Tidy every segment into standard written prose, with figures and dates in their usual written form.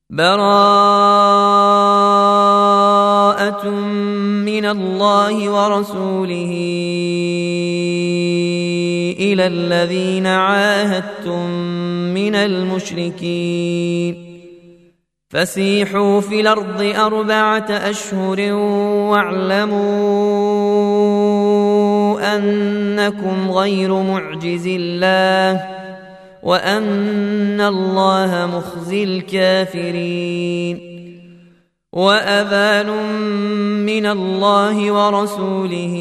براءة من الله ورسوله إلى الذين عاهدتم من المشركين فسيحوا في الأرض 4 أشهر واعلموا أنكم غير معجز الله وأن الله مخزي الكافرين وأذان من الله ورسوله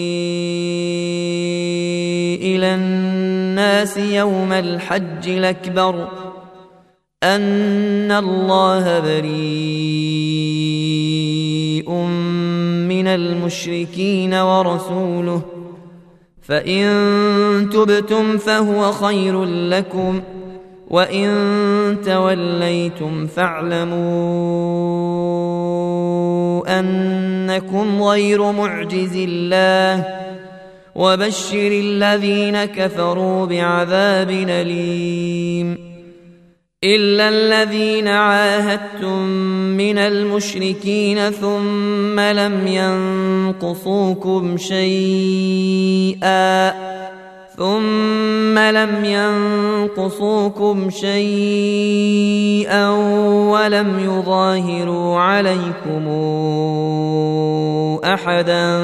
إلى الناس يوم الحج الأكبر أن الله بريء من المشركين ورسوله فإن تبتم فهو خير لكم وإن توليتم فاعلموا أنكم غير معجز الله وبشر الذين كفروا بعذاب أليم إلا الذين عاهدتم من المشركين ثم لم ينقصوكم شيئا ولم يظاهروا عليكم أحدا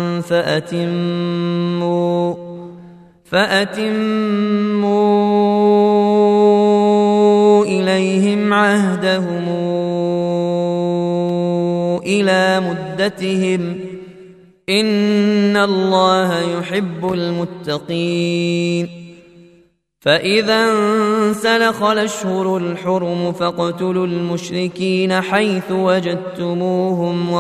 فأتموا إليهم عهدهم إلى مدتهم إن الله يحب المتقين فإذا انسلخ الأشهر الحرم فاقتلوا المشركين حيث وجدتموهم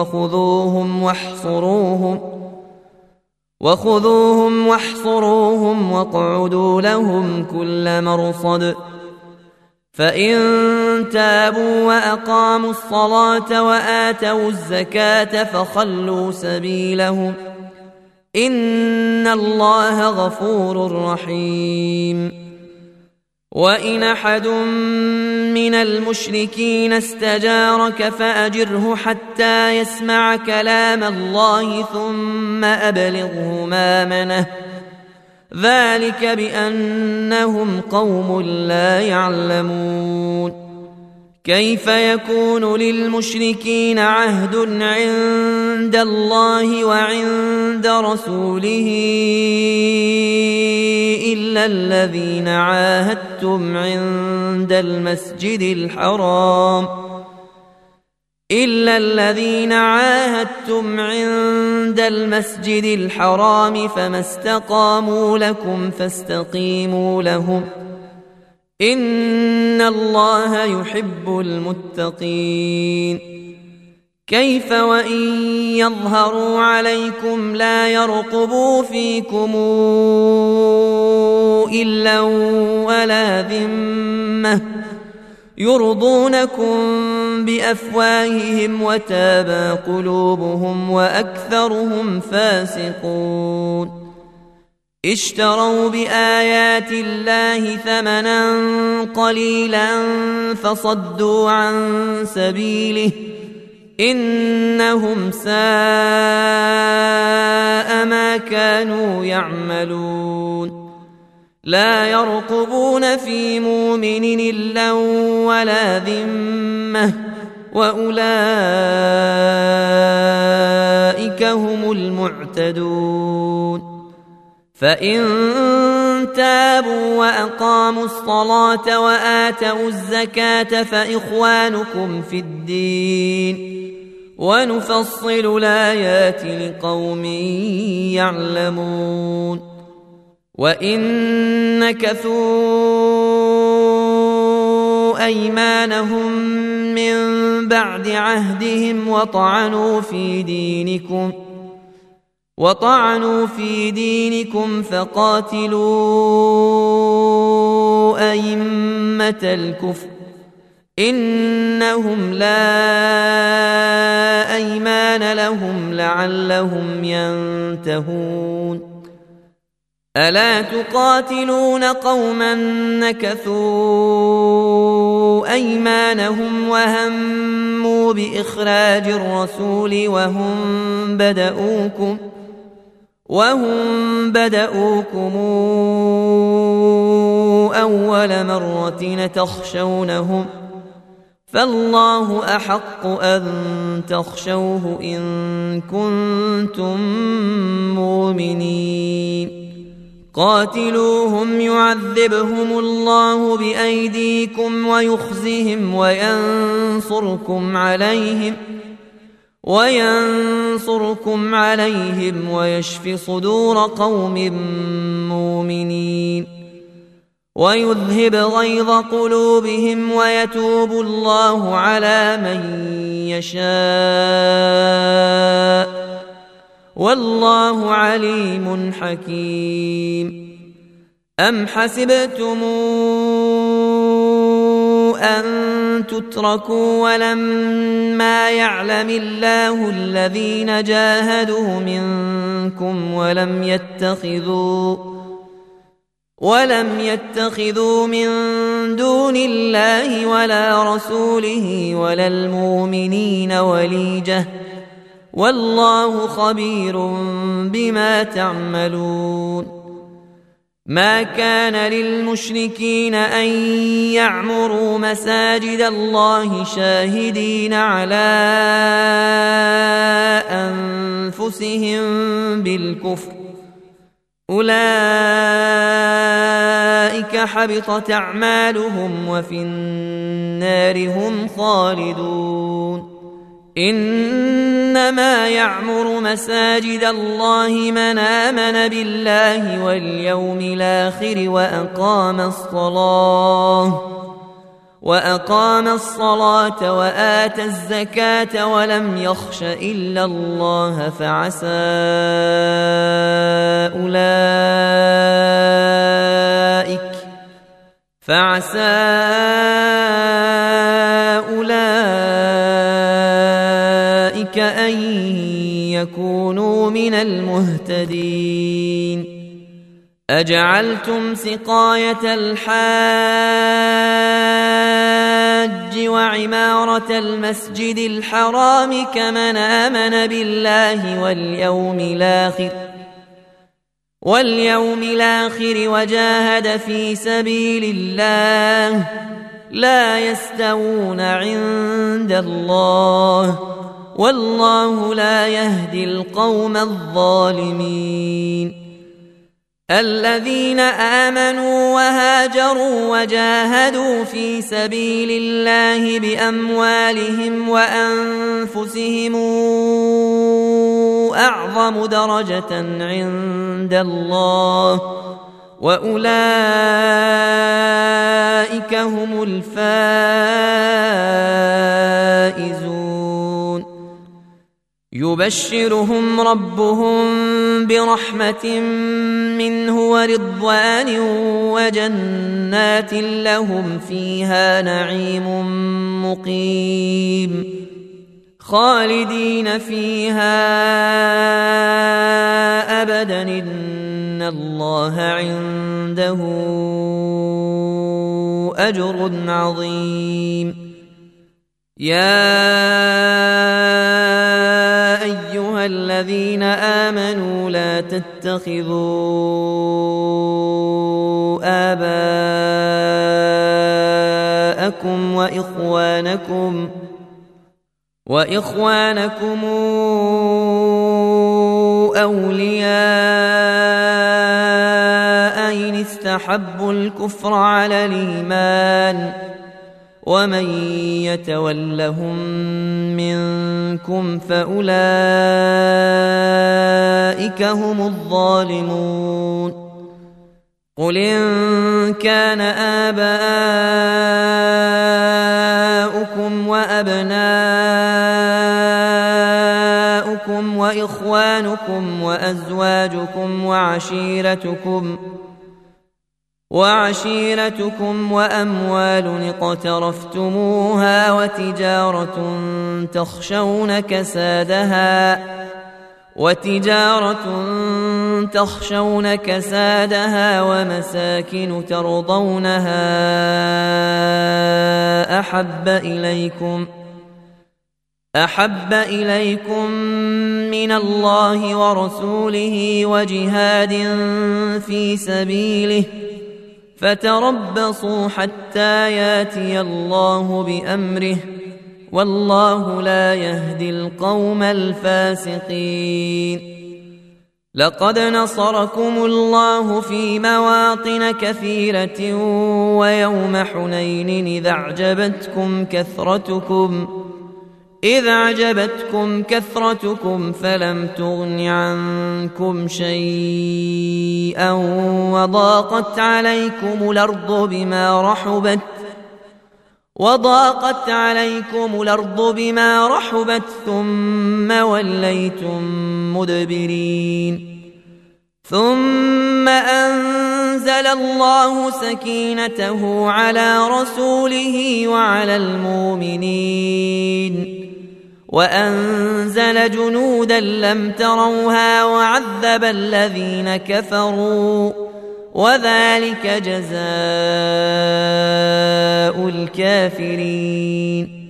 وخذوهم واحصروهم واقعدوا لهم كل مرصد فإن تابوا وأقاموا الصلاة وآتوا الزكاة فخلوا سبيلهم إن الله غفور رحيم وإن أحد من المشركين استجارك فأجره حتى يسمع كلام الله ثم أبلغه مأمنه ذلك بأنهم قوم لا يعلمون كيف يكون للمشركين عهد عند الله وعند رسوله إلا الذين عاهدتم عند المسجد الحرام فما استقاموا لكم فاستقيموا لهم إن الله يحب المتقين كيف وإن يظهروا عليكم لا يرقبوا فيكم إلا ولا ذمة يرضونكم بأفواههم وتابى قلوبهم وأكثرهم فاسقون اشتروا بآيات الله ثمنا قليلا فصدوا عن سبيله إنهم ساء ما كانوا يعملون لا يرقبون في مؤمن إلا ولا ذمة وأولئك هم المعتدون فإن تابوا وأقاموا الصلاة وآتوا الزكاة فإخوانكم في الدين ونفصل الآيات لقوم يعلمون وإن نكثوا أيمانهم من بعد عهدهم وطعنوا في دينكم فقاتلوا أئمة الكفر إنهم لا أيمان لهم لعلهم ينتهون ألا تقاتلون قوما نكثوا أيمانهم وهموا بإخراج الرسول وهم بدؤوكم أول مرة تخشونهم فالله أحق أن تخشوه إن كنتم مؤمنين قاتلوهم يعذبهم الله بأيديكم ويخزهم وينصركم عليهم ويشف صدور قوم مؤمنين ويذهب غيظ قلوبهم ويتوب الله على من يشاء والله عليم حكيم أم حسبتم أن تتركوا ولما يعلم الله الذين جاهدوا منكم ولم يتخذوا من دون الله ولا رسوله ولا المؤمنين وليجة والله خبير بما تعملون ما كان للمشركين أن يعمروا مساجد الله شاهدين على أنفسهم بالكفر أولئك حبطت أعمالهم وفي النار هم خالدون إنما يعمر مساجد الله من آمن بالله واليوم الآخر وأقام الصلاة وآتى الزكاة ولم يخش إلا الله فعسى أولئك أن يكونوا من المهتدين أجعلتم سقاية الحاج وعمارة المسجد الحرام كمن آمن بالله واليوم الآخر وجاهد في سبيل الله لا يستوون عند الله والله لا يهدي القوم الظالمين الذين آمنوا وهاجروا وجاهدوا في سبيل الله بأموالهم وأنفسهم أعظم درجة عند الله وأولئك هم الفائزون يبشرهم ربهم برحمة منه ورضوان وجنات لهم فيها نعيم مقيم خالدين فيها أبدا إن الله عنده أجر عظيم يا أيها الذين آمنوا لا تتخذوا آباءكم وإخوانكم أولياء إن استحبوا الكفر على الإيمان ومن يتولهم منكم فأولئك هم الظالمون قل إن كان آباؤكم وأبناؤكم وإخوانكم وأزواجكم وعشيرتكم وأموال اقترفتموها وتجارة تخشون كسادها وتجارة تخشون كسادها ومساكن ترضونها أحب إليكم من الله ورسوله وجهاد في سبيله فتربصوا حتى ياتي الله بأمره والله لا يهدي القوم الفاسقين. لقد نصركم الله في مواطن كثيرة ويوم حنين إذ أعجبتكم كثرتكم فلم تغن عنكم شيئا وضاقت عليكم الأرض بما رحبت ثم وليتم مدبرين. ثم أنزل الله سكينته على رسوله وعلى المؤمنين وأنزل جنودا لم تروها وعذب الذين كفروا وذلك جزاء الكافرين.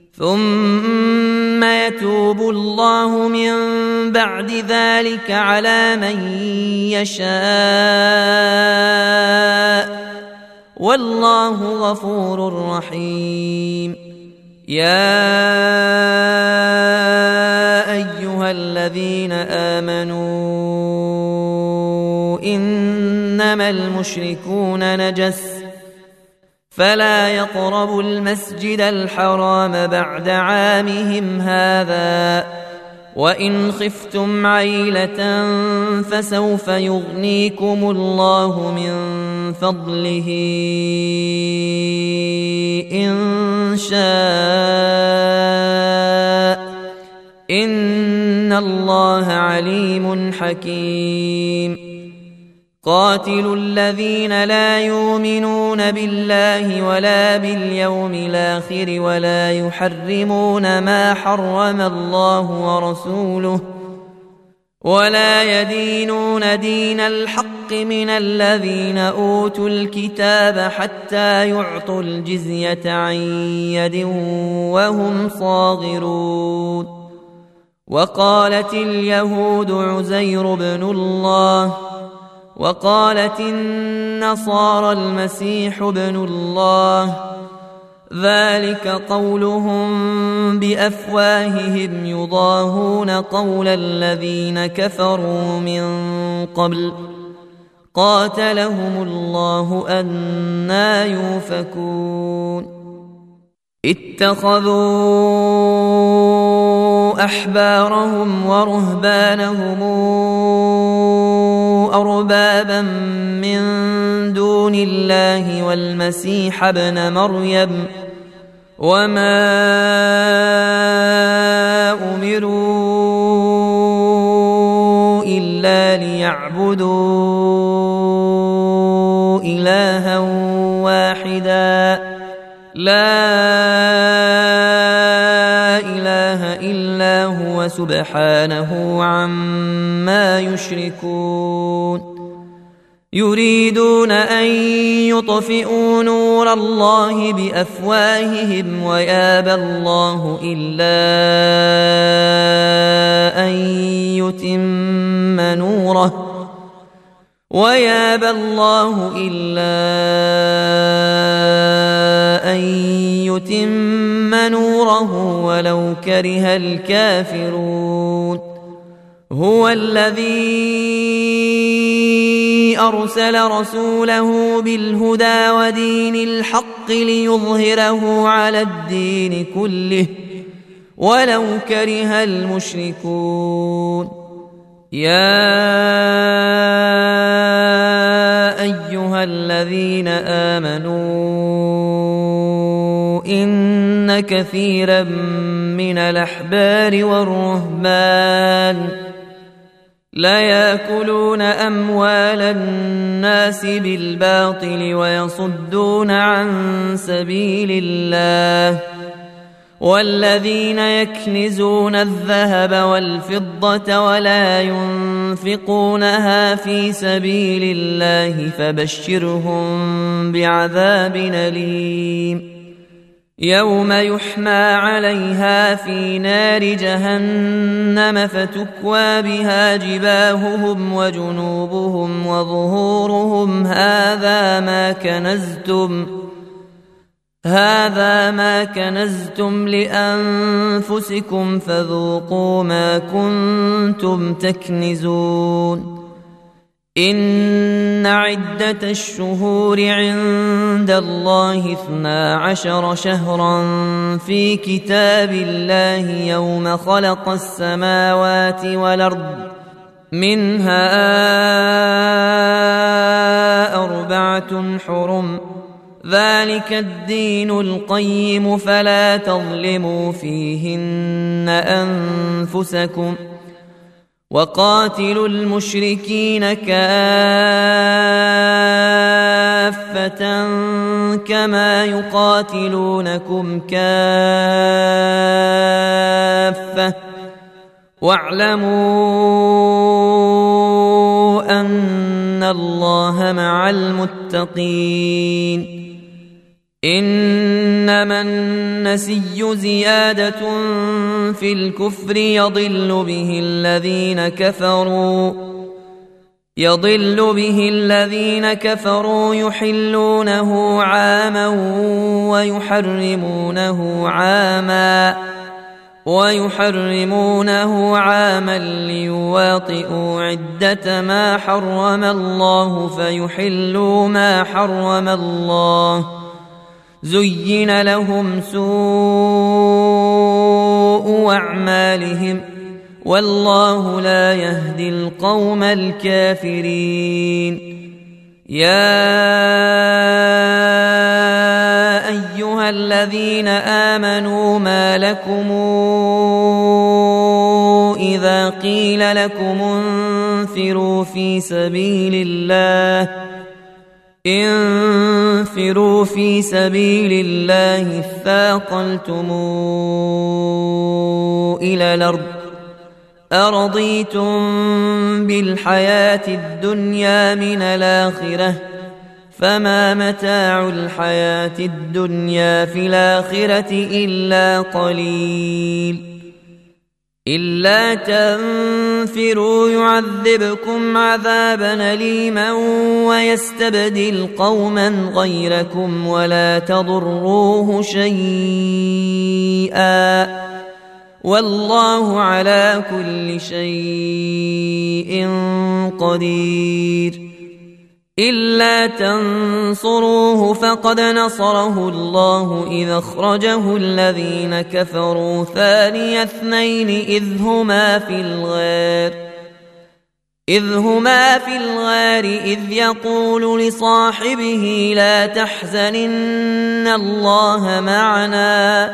ثم يتوب الله من بعد ذلك على من يشاء والله غفور رحيم. يا أيها الذين آمنوا إنما المشركون نجس فلا يقربوا المسجد الحرام بعد عامهم هذا وإن خفتم عيلة فسوف يغنيكم الله من فضله إن شاء إن الله عليم حكيم. قاتلوا الذين لا يؤمنون بالله ولا باليوم الآخر ولا يحرمون ما حرم الله ورسوله ولا يدينون دين الحق من الذين أوتوا الكتاب حتى يعطوا الجزية عن يد وهم صاغرون. وقالت اليهود عزير بن الله وقالت النصارى المسيح ابن الله ذلك قولهم بأفواههم يضاهون قول الذين كفروا من قبل قاتلهم الله أنى يؤفكون. اتخذوا أحبارهم ورهبانهم أربابا من دون الله والمسيح ابن مريم وما أمروا إلا ليعبدوا إلها واحدا لا إله إلا هو سبحانه عما يشركون. يريدون أن يطفئوا نور الله بأفواههم ويابى الله إلا أن يتم نوره ولو كره الكافرون. هو الذي أرسل رسوله بالهدى ودين الحق ليظهره على الدين كله ولو كره المشركون. يا أيها الذين آمنوا إن كثيرا من الأحبار والرهبان لا يأكلون أموال الناس بالباطل ويصدون عن سبيل الله والذين يكنزون الذهب والفضة ولا ينفقونها في سبيل الله فبشرهم بعذاب أليم يوم يحمى عليها في نار جهنم فتكوى بها جباههم وجنوبهم وظهورهم هذا ما كنزتم لأنفسكم فذوقوا ما كنتم تكنزون إن عدة الشهور عند الله 12 شهرا في كتاب الله يوم خلق السماوات والأرض منها 4 حرم ذلك الدين القيم فلا تظلموا فيهن أنفسكم وقاتلوا المشركين كافة كما يقاتلونكم كافة واعلموا أن الله مع المتقين إنما النسي زيادة في الكفر يضل به الذين كفروا يحلونه عاما ويحرمونه عاما ليواطئوا عدة ما حرم الله فيحلوا ما حرم الله زين لهم سوء أعمالهم والله لا يهدي القوم الكافرين يا أيها الذين آمنوا ما لكم إذا قيل لكم انفروا في سبيل الله اثاقلتم إلى الأرض أرضيتم بالحياة الدنيا من الآخرة فما متاع الحياة الدنيا في الآخرة إلا قليل إلا تنفروا يعذبكم عذابا أليما ويستبدل قوما غيركم ولا تضروه شيئا والله على كل شيء قدير إلا تنصروه فقد نصره الله إذ أخرجه الذين كفروا ثاني اثنين إذ هما في الغار إذ يقول لصاحبه لا تحزن إن الله معنا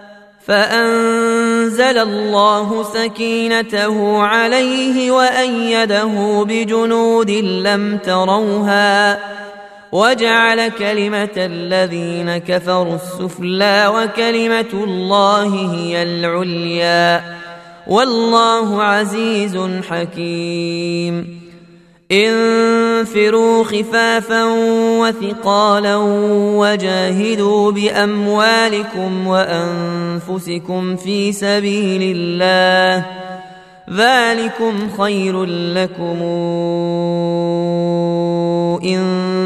فأنزل الله سكينته عليه وأيده بجنود لم تروها وجعل كلمة الذين كفروا السفلى وكلمة الله هي العليا والله عزيز حكيم انفروا خفافا وثقالا وجاهدوا بأموالكم وأنفسكم في سبيل الله ذلكم خير لكم إن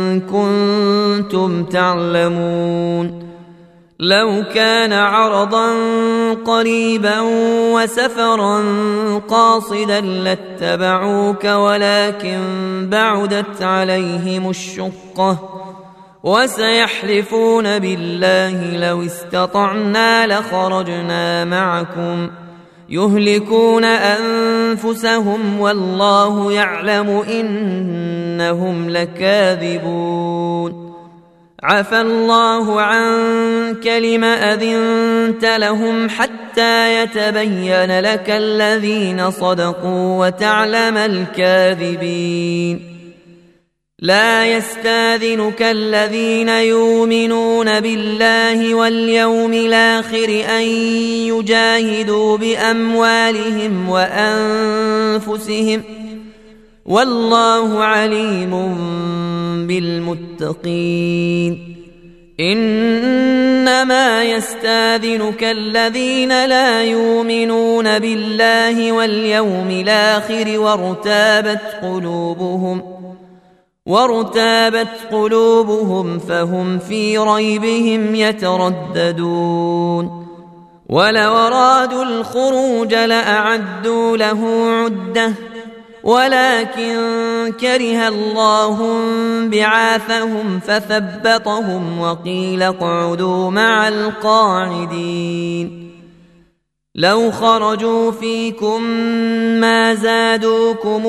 كنتم تعلمون لو كان عرضا قريبا وسفرا قاصدا لاتبعوك ولكن بعدت عليهم الشقة وسيحلفون بالله لو استطعنا لخرجنا معكم يهلكون أنفسهم والله يعلم إنهم لكاذبون عفى الله عنك لم أذنت لهم حتى يتبين لك الذين صدقوا وتعلم الكاذبين لا يستاذنك الذين يؤمنون بالله واليوم الآخر أن يجاهدوا بأموالهم وأنفسهم والله عليم بالمتقين إنما يستاذنك الذين لا يؤمنون بالله واليوم الآخر وارتابت قلوبهم فهم في ريبهم يترددون ولو أرادوا الخروج لأعدوا له عدة ولكن كره الله بعاثهم فثبطهم وقيل اقعدوا مع القاعدين لو خرجوا فيكم ما زادوكم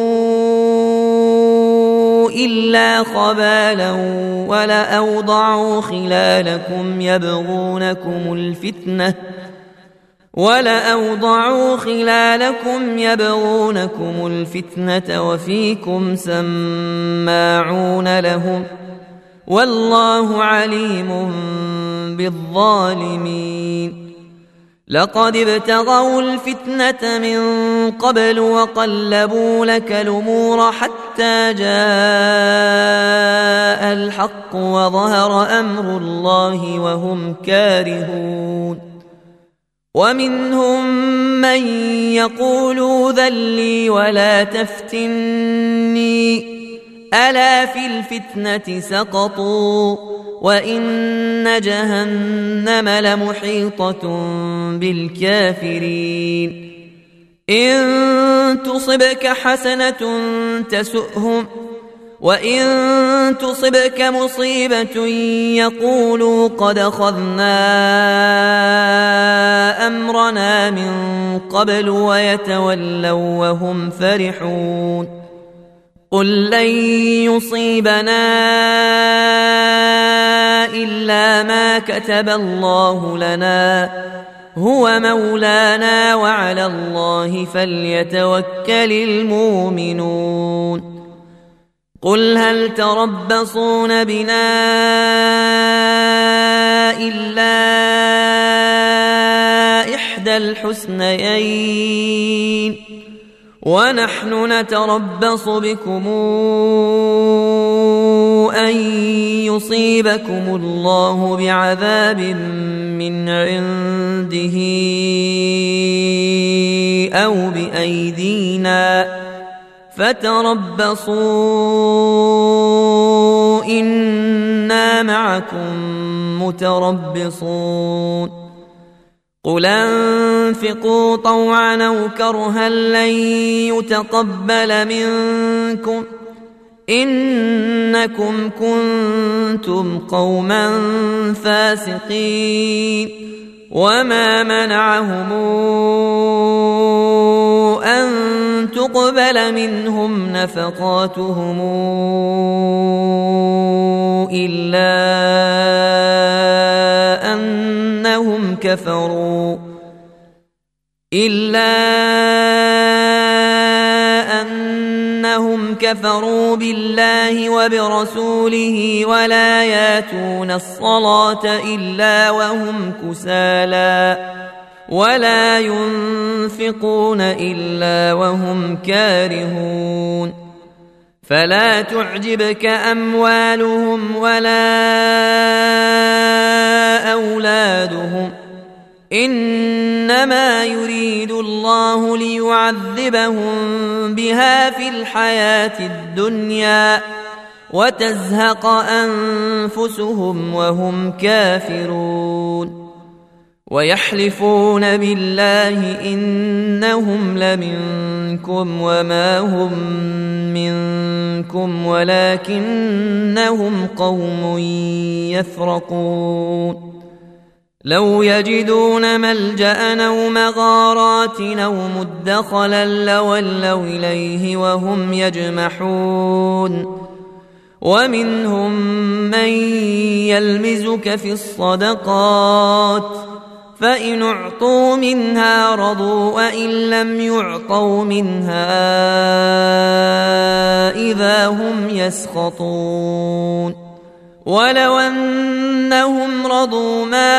إلا خبالا ولأوضعوا خلالكم يبغونكم الفتنة وفيكم سماعون لهم والله عليم بالظالمين لقد ابتغوا الفتنة من قبل وقلبوا لك الأمور حتى جاء الحق وظهر أمر الله وهم كارهون ومنهم من يقول ذلي ولا تفتني ألا في الفتنة سقطوا وإن جهنم لمحيطة بالكافرين إن تصبك حسنة تسؤهم وإن تصبك مصيبة يقولوا قد أخذنا أمرنا من قبل ويتولوا وهم فرحون قل لن يصيبنا إلا ما كتب الله لنا هو مولانا وعلى الله فليتوكل المؤمنون قل هل تربصون بنا إلا إحدى الحسنيين ونحن نتربص بكم أن يصيبكم الله بعذاب من عنده أو بأيدينا فتربصوا إنا معكم متربصون قل انفقوا طوعا أو كرها لن يتقبل منكم إنكم كنتم قوما فاسقين وما منعهم أن تقبل منهم نفقاتهم إلا أنهم كفروا بالله وبرسوله ولا ياتون الصلاة إلا وهم كسالى ولا ينفقون إلا وهم كارهون فلا تعجبك أموالهم ولا أولادهم إنما يريد الله ليعذبهم بها في الحياة الدنيا وتزهق أنفسهم وهم كافرون ويحلفون بالله إنهم لمنكم وما هم منكم ولكنهم قوم يفرقون لو يجدون ملجأ أو مغارات أو مدخلا لولوا إليه وهم يجمحون ومنهم من يلمزك في الصدقات فإن أعطوا منها رضوا وإن لم يعطوا منها إذا هم يسخطون ولو أنهم رضوا ما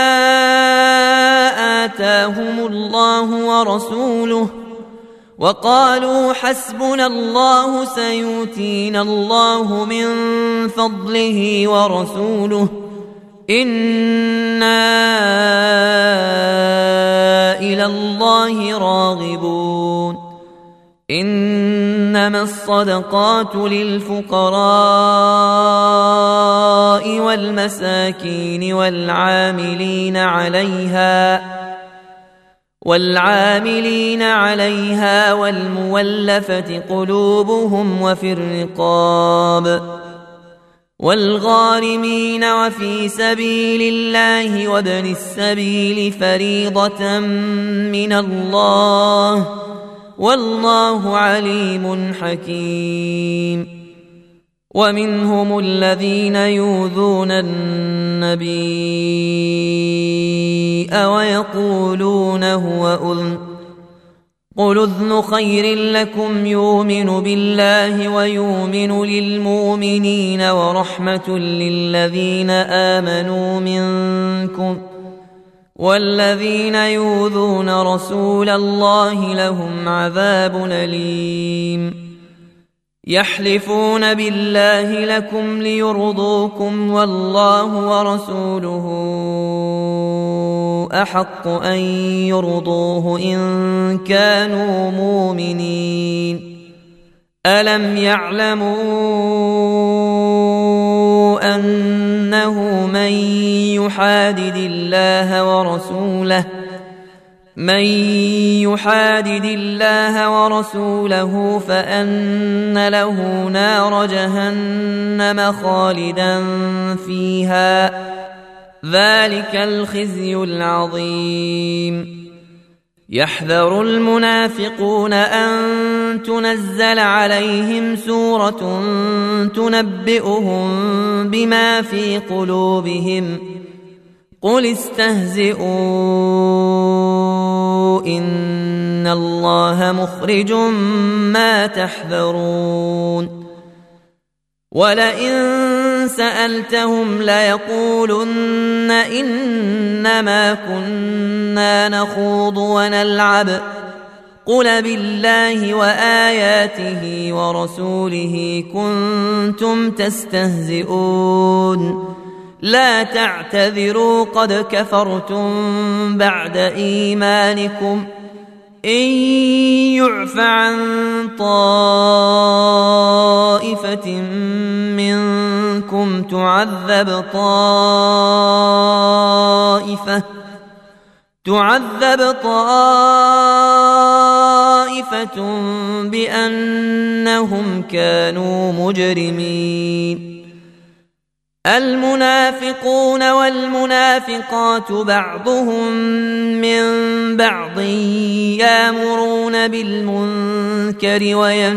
آتاهم الله ورسوله وقالوا حسبنا الله سيؤتينا الله من فضله ورسوله إنا إلى الله راغبون إنما الصدقات للفقراء والمساكين والعاملين عليها والمولفة قلوبهم وفي الرقاب والغارمين وفي سبيل الله وابن السبيل فريضة من الله والله عليم حكيم ومنهم الذين يؤذون النبي ويقولون هو أذن قل أذن خير لكم يؤمن بالله ويؤمن للمؤمنين ورحمة للذين آمنوا منكم والذين يؤذون رسول الله لهم عذاب أليم يحلفون بالله لكم ليرضوكم والله ورسوله أحق أن يرضوه إن كانوا مؤمنين ألم يعلموا أنه من يحادد الله ورسوله فأن له نار جهنم خالدا فيها ذلك الخزي العظيم يحذر المنافقون أن تنزل عليهم سورة تنبئهم بما في قلوبهم قل استهزئوا إن الله مخرج ما تحذرون ولئن سألتهم ليقولن إنما كنا نخوض ونلعب قل بالله وآياته ورسوله كنتم تستهزئون لا تعتذروا قد كفرتم بعد إيمانكم إن يعف عن طائفة منكم تعذب طائفة بأنهم كانوا مجرمين المنافقون والمنافقات بعضهم من بعض يأمرون بالمنكر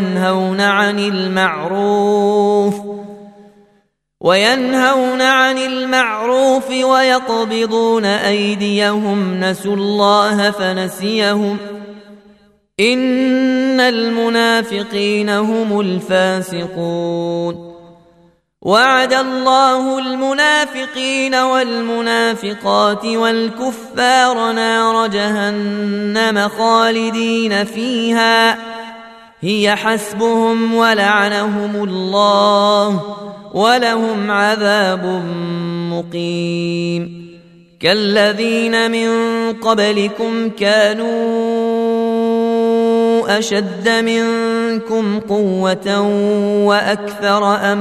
وينهون عن المعروف ويقبضون أيديهم نسوا الله فنسيهم إن المنافقين هم الفاسقون وعد الله المنافقين والمنافقات والكفار نار جهنم خالدين فيها هي حسبهم ولعنهم الله ولهم عذاب مقيم كالذين من قبلكم كانوا أشد منكم قوة وأكثر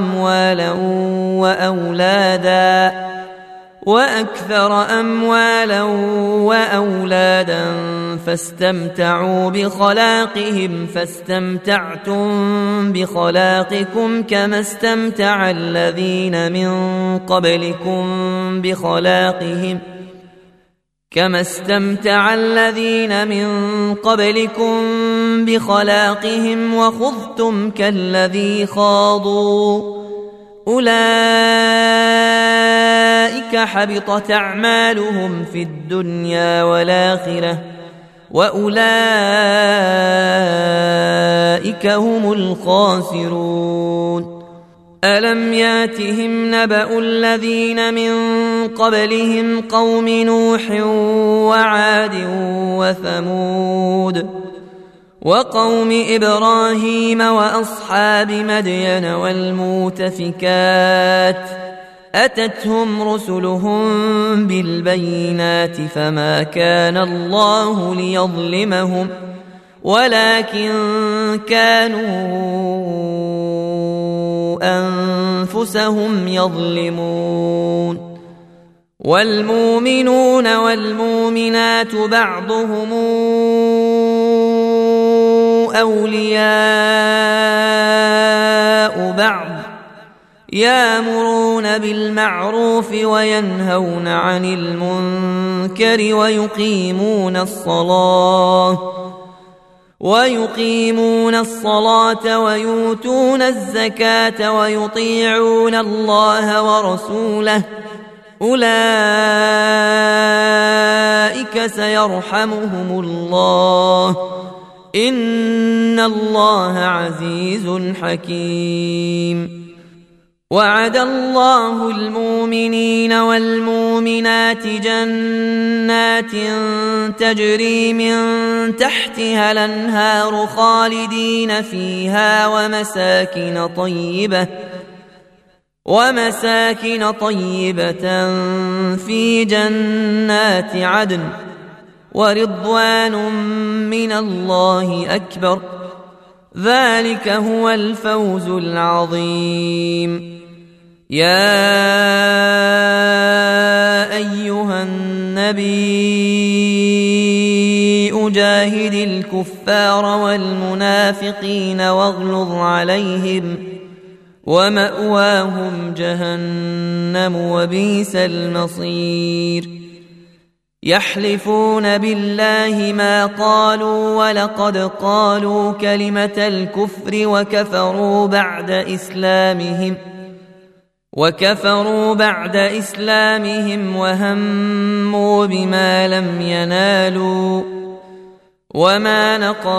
أموالا وأولادا فاستمتعوا بخلاقهم فاستمتعتم بخلاقكم كما استمتع الذين من قبلكم بخلاقهم وخضتم كالذي خاضوا أولئك أولئك حبطت أعمالهم في الدنيا والآخرة وأولئك هم الخاسرون. ألم ياتهم نبأ الذين من قبلهم قوم نوح وعاد وثمود وقوم إبراهيم وأصحاب مدين والمؤتفكات أتتهم رسلهم بالبينات فما كان الله ليظلمهم ولكن كانوا أنفسهم يظلمون. والمؤمنون والمؤمنات بعضهم أولياء بعض يأمرون بالمعروف وينهون عن المنكر ويقيمون الصلاة ويؤتون الزكاة ويطيعون الله ورسوله أولئك سيرحمهم الله إن الله عزيز حكيم. وعد الله المؤمنين والمؤمنات جنات تجري من تحتها الأنهار خالدين فيها ومساكن طيبة في جنات عدن ورضوان من الله أكبر ذلك هو الفوز العظيم. يا أيها النبي أجاهد الكفار والمنافقين واغلظ عليهم ومأواهم جهنم وبئس المصير. يحلفون بالله ما قالوا ولقد قالوا كلمة الكفر وكفروا بعد إسلامهم وهموا بما لم ينالوا وما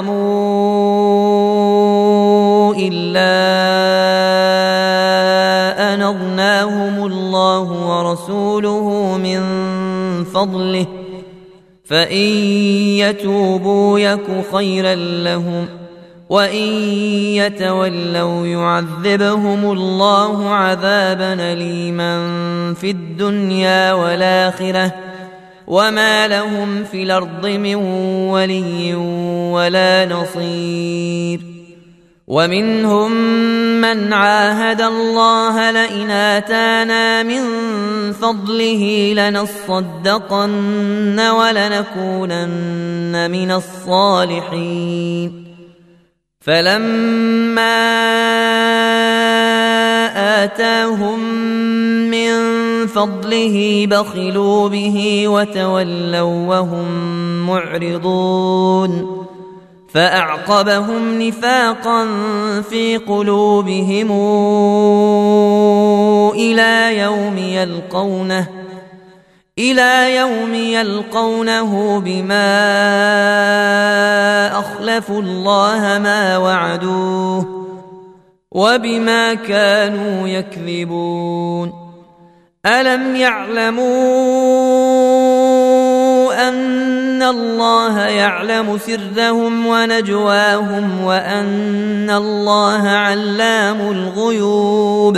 نقموا إلا أن أغناهم الله ورسوله من فضله فإن يتوبوا يك خيرا لهم وإن يتولوا يعذبهم الله عذابا أليما في الدنيا والآخرة وما لهم في الأرض من ولي ولا نصير. ومنهم من عاهد الله لئن آتانا من فضله لنصدقن ولنكونن من الصالحين فلما آتاهم من فضله بخلوا به وتولوا وهم معرضون فأعقبهم نفاقا في قلوبهم إلى يوم يلقونه بما أخلفوا الله ما وعدوه وبما كانوا يكذبون. ألم يعلموا أن الله يعلم سرهم ونجواهم وأن الله علام الغيوب.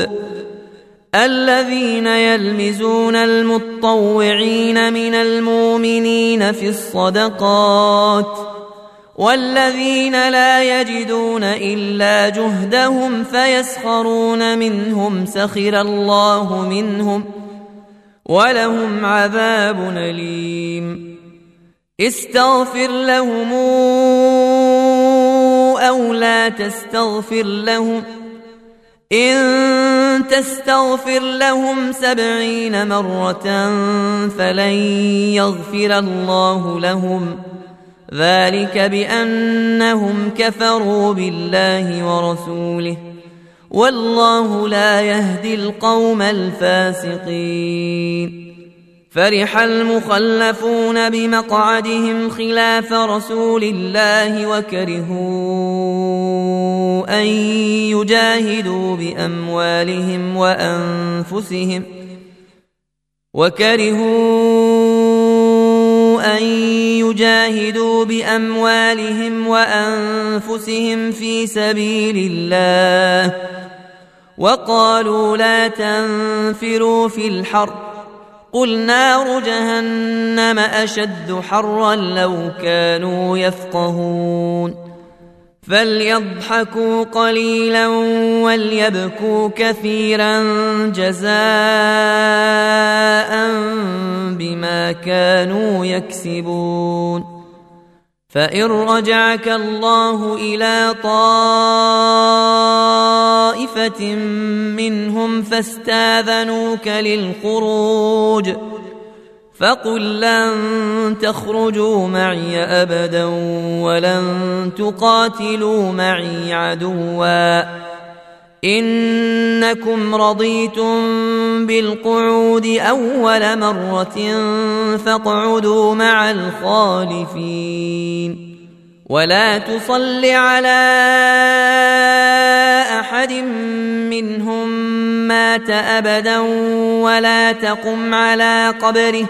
الذين يلمزون المطوعين من المؤمنين في الصدقات والذين لا يجدون إلا جهدهم فيسخرون منهم سخر الله منهم ولهم عذاب أليم. استغفر لهم أو لا تستغفر لهم إن تستغفر لهم 70 مرة فلن يغفر الله لهم ذلك بأنهم كفروا بالله ورسوله والله لا يهدي القوم الفاسقين. فرح المخلفون بمقعدهم خلاف رسول الله وكرهوا أن يجاهدوا بأموالهم وأنفسهم في سبيل الله، وقالوا لا تنفروا في الحر قل نار جهنم أشد حرا لو كانوا يفقهون. فليضحكوا قليلا وليبكوا كثيرا جزاء بما كانوا يكسبون. فإن رجعك الله إلى طائفة منهم فاستاذنوك للخروج فقل لن تخرجوا معي أبدا ولن تقاتلوا معي عدوا إنكم رضيتم بالقعود أول مرة فاقعدوا مع الخالفين. ولا تصل على أحد منهم مات أبدا ولا تقم على قبره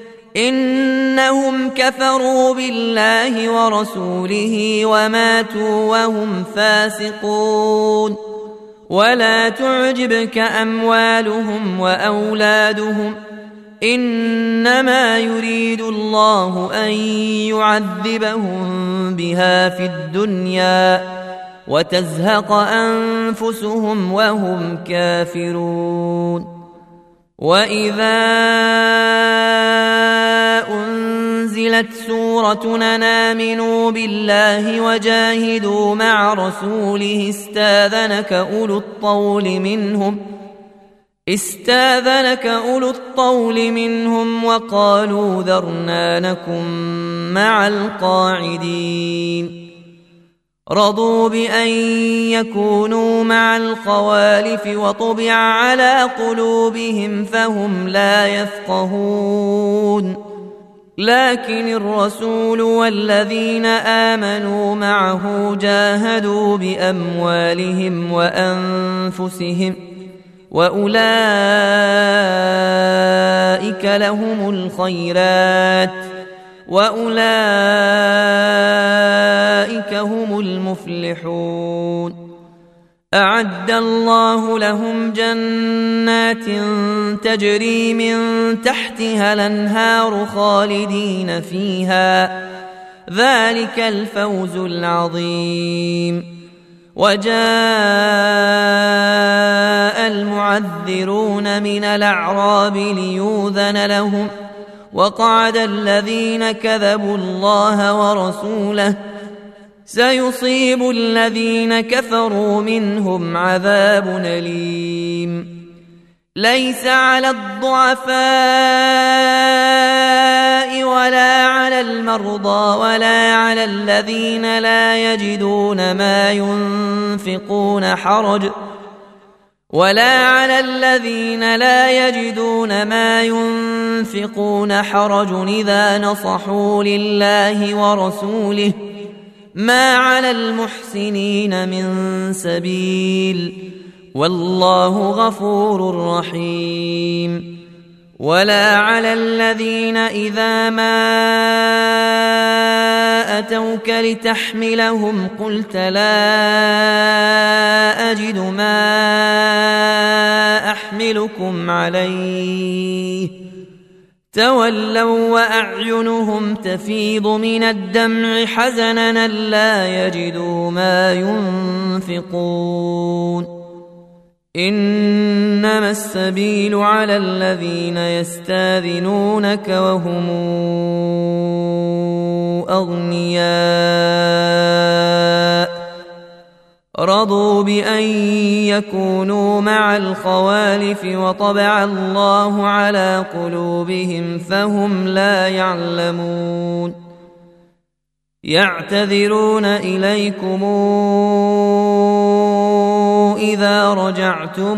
إنهم كفروا بالله ورسوله وماتوا وهم فاسقون. ولا تعجبك أموالهم وأولادهم إنما يريد الله أن يعذبهم بها في الدنيا وتزهق أنفسهم وهم كافرون. وإذا أنزلت سورة أن آمنوا بالله وجاهدوا مع رسوله استاذنك أولو الطول منهم وقالوا ذرنا نكن مع القاعدين. رضوا بأن يكونوا مع الخوالف وطبع على قلوبهم فهم لا يفقهون. لكن الرسول والذين آمنوا معه جاهدوا بأموالهم وأنفسهم وأولئك لهم الخيرات وأولئك هم المفلحون. أعد الله لهم جنات تجري من تحتها الأنهار خالدين فيها ذلك الفوز العظيم. وجاء المعذرون من الأعراب ليؤذن لهم وقعد الذين كذبوا الله ورسوله سيصيب الذين كفروا منهم عذاب أليم. ليس على الضعفاء ولا على المرضى ولا على الذين لا يجدون ما ينفقون حرج إذا نصحوا لله ورسوله ما على المحسنين من سبيل والله غفور رحيم. ولا على الذين إذا ما أتوك لتحملهم قلت لا أجد ما أحملكم عليه تولوا وأعينهم تفيض من الدمع حزنا لا يجدوا ما ينفقون. إنما السبيل على الذين يستاذنونك وهم أغنياء رضوا بأن يكونوا مع الخوالف وطبع الله على قلوبهم فهم لا يعلمون. يعتذرون إليكم إذا رجعتم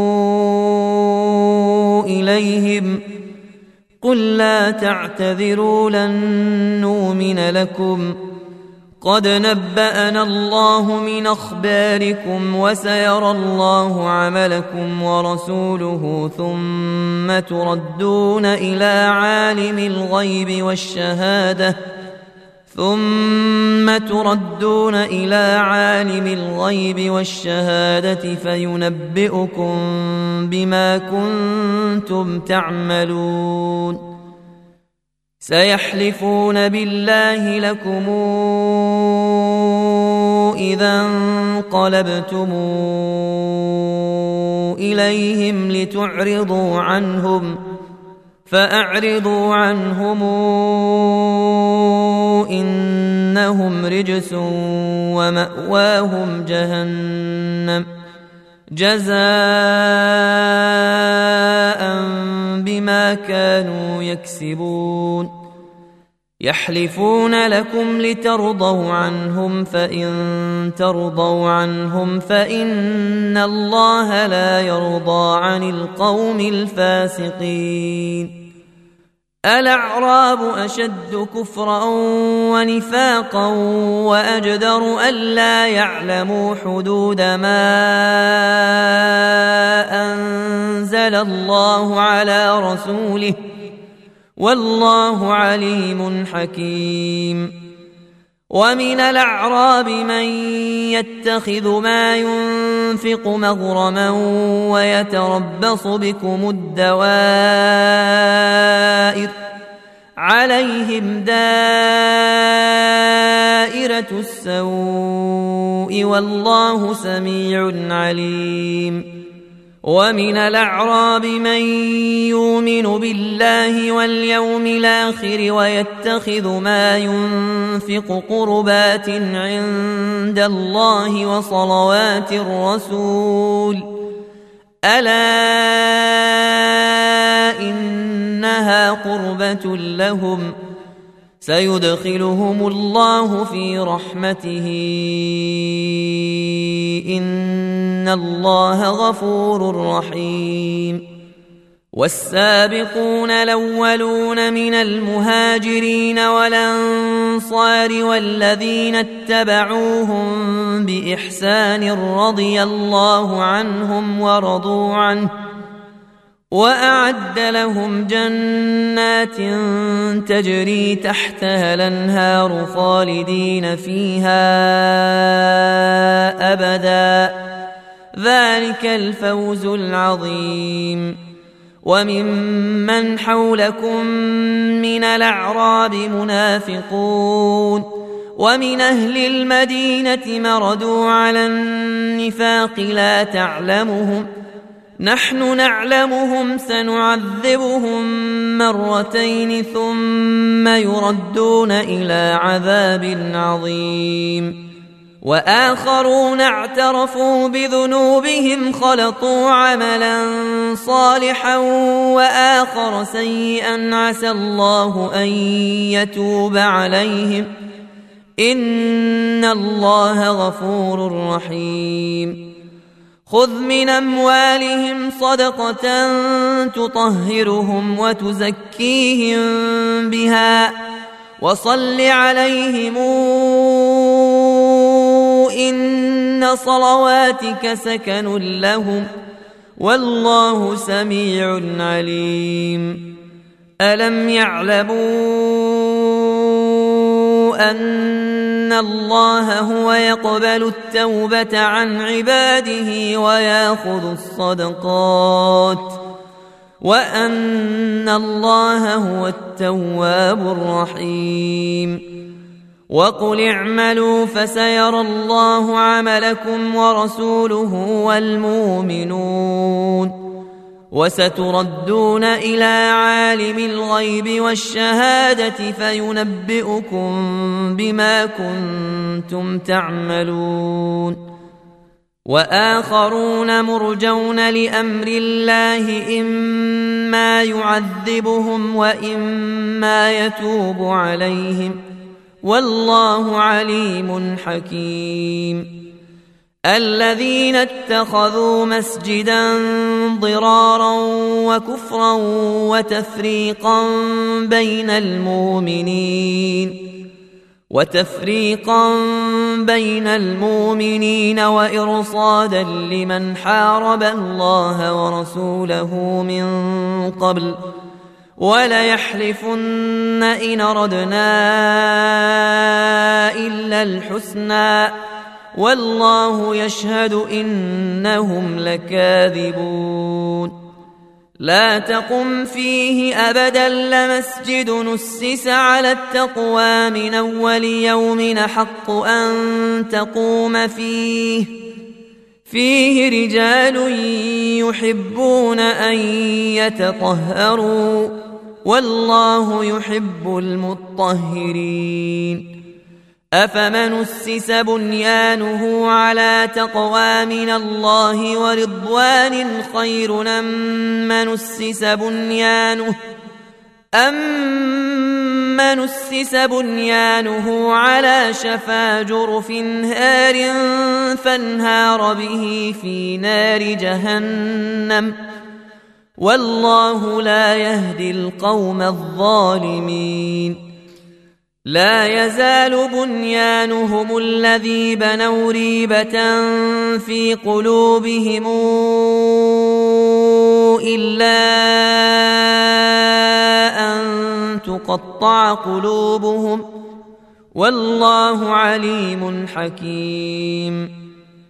إليهم قل لا تعتذروا لن نؤمن لكم قد نبأنا الله من أخباركم وسيرى الله عملكم ورسوله ثم تردون إلى عالم الغيب والشهادة فينبئكم بما كنتم تعملون سيحلفون بالله لكم إذا انقلبتم إليهم لتعرضوا عنهم فأعرضوا عنهم إنهم رجس ومأواهم جهنم جزاء بما كانوا يكسبون يحلفون لكم لترضوا عنهم فإن ترضوا عنهم فإن الله لا يرضى عن القوم الفاسقين الأعراب أشد كفرا ونفاقا وأجدر ألا يعلموا حدود ما أنزل الله على رسوله والله عليم حكيم ومن الأعراب من يتخذ ما ينفق مغرما ويتربص بكم الدوائر عليهم دائرة السوء والله سميع عليم ومن الأعراب من يؤمن بالله واليوم الآخر ويتخذ ما ينفق قربات عند الله وصلوات الرسول ألا إنها قربة لهم سيدخلهم الله في رحمته إن الله غفور رحيم والسابقون الأولون من المهاجرين والأنصار والذين اتبعوهم بإحسان رضي الله عنهم ورضوا عنه وأعد لهم جنات تجري تحتها الأنهار خالدين فيها أبدا ذلك الفوز العظيم وممن حولكم من الأعراب منافقون ومن أهل المدينة مردوا على النفاق لا تعلمهم نحن نعلمهم سنعذبهم مرتين ثم يردون إلى عذاب عظيم وآخرون اعترفوا بذنوبهم خلطوا عملا صالحا وآخر سيئا عسى الله أن يتوب عليهم إن الله غفور رحيم خذ من أموالهم صدقة تطهرهم وتزكيهم بها وصل عليهم إن صلواتك سكن لهم والله سميع عليم ألم يعلموا أن الله هو يقبل التوبة عن عباده ويأخذ الصدقات وأن الله هو التواب الرحيم وقل اعملوا فسيرى الله عملكم ورسوله والمؤمنون وستردون إلى عالم الغيب والشهادة فينبئكم بما كنتم تعملون وآخرون مرجون لأمر الله إما يعذبهم وإما يتوب عليهم والله عليم حكيم. الذين اتخذوا مسجدا ضرارا وكفرا وتفريقا بين المؤمنين وإرصادا لمن حارب الله ورسوله من قبل وليحلفن إن أردنا إلا الحسنى والله يشهد إنهم لكاذبون. لا تقم فيه أبدا لمسجد نسس على التقوى من أول يوم حق أن تقوم فيه رجال يحبون أن يتطهروا والله يحب المطهرين. أفمن أسس بنيانه على تقوى من الله ورضوان خير أمن أسس بنيانه على شفا جرف هار فانهار به في نار جهنم والله لا يهدي القوم الظالمين. لا يزال بنيانهم الذي بنوا ريبة في قلوبهم إلا أن تقطع قلوبهم والله عليم حكيم.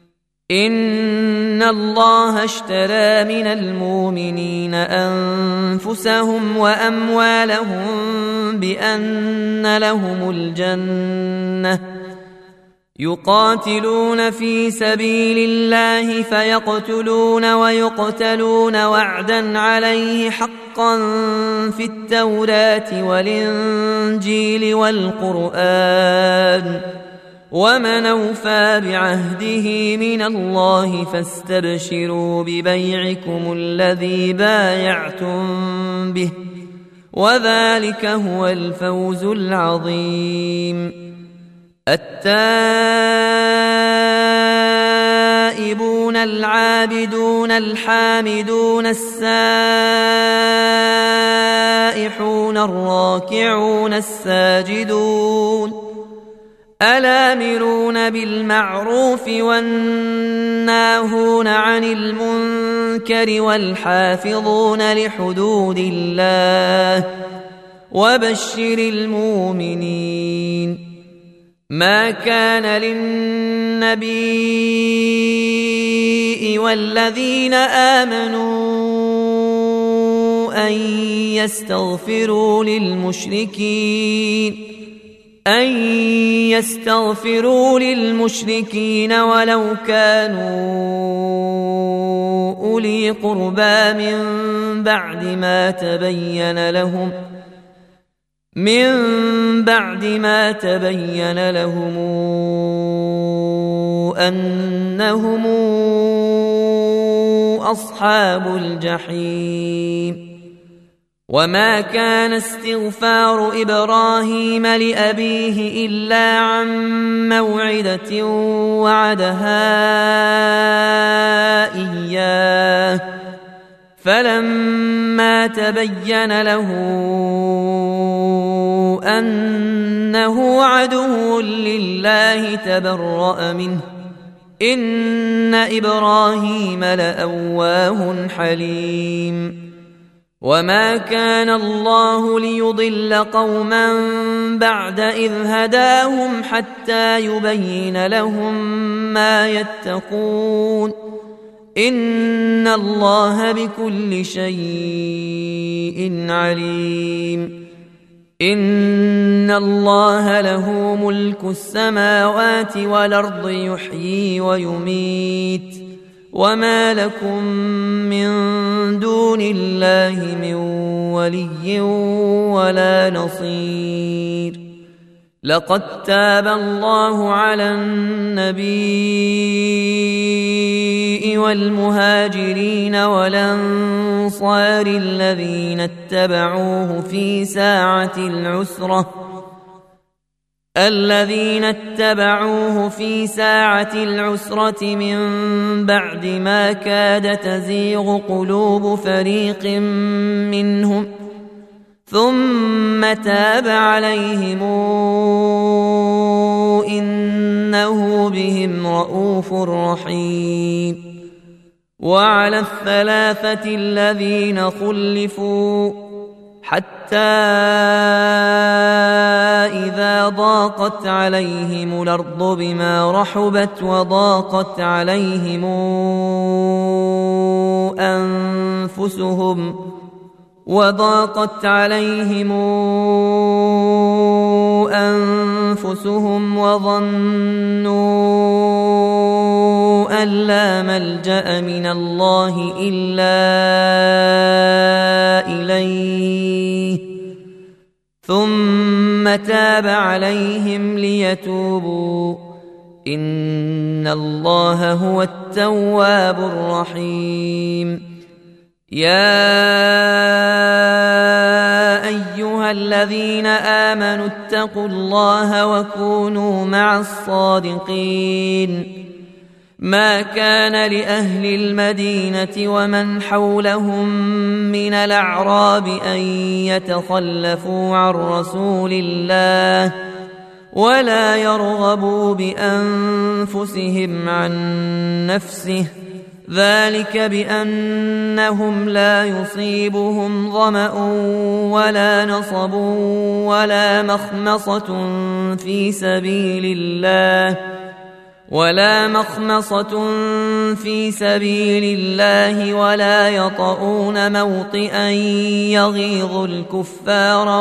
إن الله اشترى من المؤمنين أنفسهم وأموالهم بأن لهم الجنة يقاتلون في سبيل الله فيقتلون ويقتلون وعدا عليه حقا في التوراة والإنجيل والقرآن ومن أوفى بعهده من الله فاستبشروا ببيعكم الذي بايعتم به وذلك هو الفوز العظيم. التائبون العابدون الحامدون السائحون الراكعون الساجدون الآمرون بالمعروف والناهون عن المنكر والحافظون لحدود الله وبشر المؤمنين. ما كان للنبي والذين آمنوا أن يستغفروا للمشركين ولو كانوا أولي قربى من بعد ما تبين لهم أنهم أصحاب الجحيم. وما كان استغفار إبراهيم لأبيه إلا عن موعدة وعدها إياه فلما تبين له أنه عدو لله تبرأ منه إن إبراهيم لأواه حليم. وما كان الله ليضل قوما بعد إذ هداهم حتى يبين لهم ما يتقون إن الله بكل شيء عليم. إن الله له ملك السماوات والأرض يحيي ويميت وما لكم من دون الله من ولي ولا نصير. لقد تاب الله على النبي والمهاجرين والأنصار الذين اتبعوه في ساعة العسرة الذين اتبعوه في ساعة العسرة من بعد ما كاد تزيغ قلوب فريق منهم ثم تاب عليهم إنه بهم رءوف رحيم. وعلى الثلاثة الذين خلفوا حتى إذا ضاقت عليهم الأرض بما رحبت وضاقت عليهم أنفسهم وظنوا أن لا ملجأ من الله إلا إليه ثم تاب عليهم ليتوبوا إن الله هو التواب الرحيم. يا أيها الذين آمنوا اتقوا الله وكونوا مع الصادقين. ما كان لأهل المدينة ومن حولهم من الأعراب أن يتخلفوا عن رسول الله ولا يرغبوا بأنفسهم عن نفسه ذلك بأنهم لا يصيبهم ظمأ ولا نصب ولا مخمصة في سبيل الله ولا يطؤون موطئا يغيظ الكفار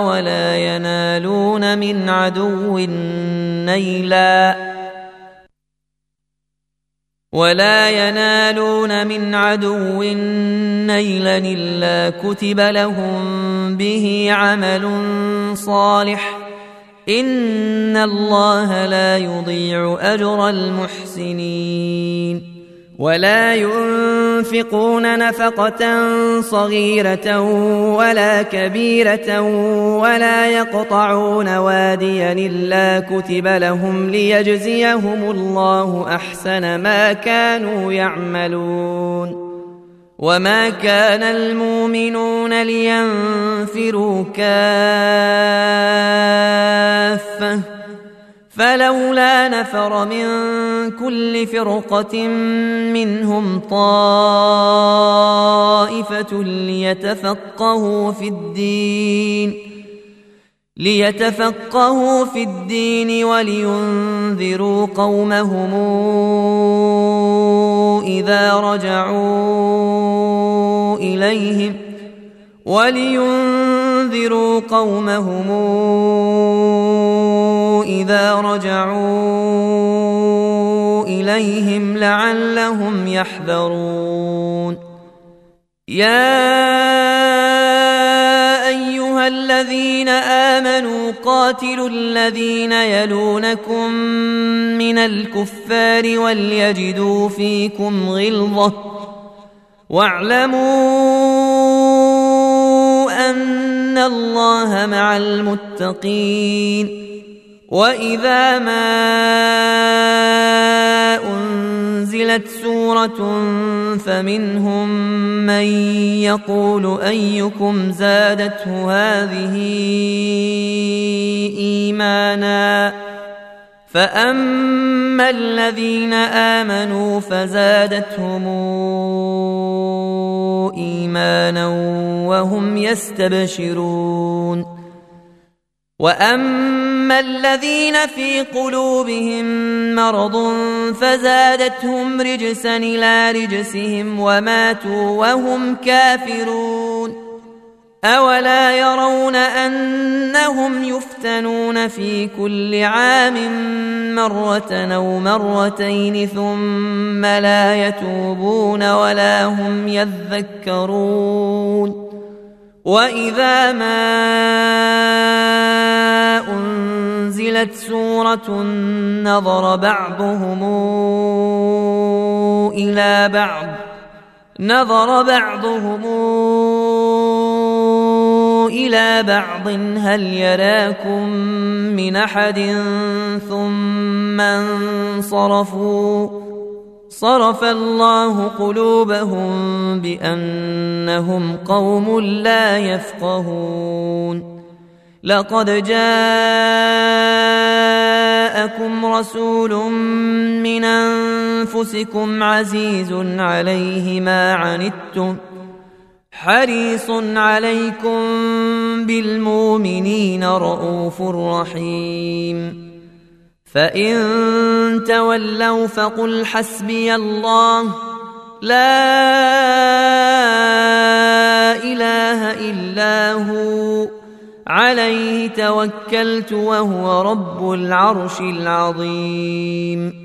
ولا ينالون من عدو نيلا إلا كتب لهم به عمل صالح إن الله لا يضيع أجر المحسنين. ولا ينفقون نفقة صغيرة ولا كبيرة ولا يقطعون واديا إلا كتب لهم ليجزيهم الله أحسن ما كانوا يعملون. وما كان المؤمنون لينفروا كافة فلولا نفر من كل فرقة منهم طائفة ليتفقهوا في الدين ولينذروا قومهم إذا رجعوا إليهم لعلهم يحذرون. يا أيها الذين آمنوا قاتلوا الذين يلونكم من الكفار وليجدوا فيكم غلظة واعلموا أن الله مع المتقين. وإذا ما أنزلت سورة فمنهم من يقول أيكم زادته هذه إيمانا فأما الذين آمنوا فزادتهم إيمانا وهم يستبشرون. وأما الذين في قلوبهم مرض فزادتهم رجسا إلى رجسهم وماتوا وهم كافرون. أولا يرون أنهم يفتنون في كل عام مرة أو مرتين ثم لا يتوبون ولا هم يذكرون. وإذا ما أنزلت سورة نظر بعضهم إلى بعض هل يراكم من أحد ثم انصرفوا صرف الله قلوبهم بأنهم قوم لا يفقهون لقد جاءكم رسول من أنفسكم عزيز عليه ما عنتم حريص عليكم بالمؤمنين رءوف رحيم فإن تولوا فقل حسبي الله لا إله إلا هو عليه توكلت وهو رب العرش العظيم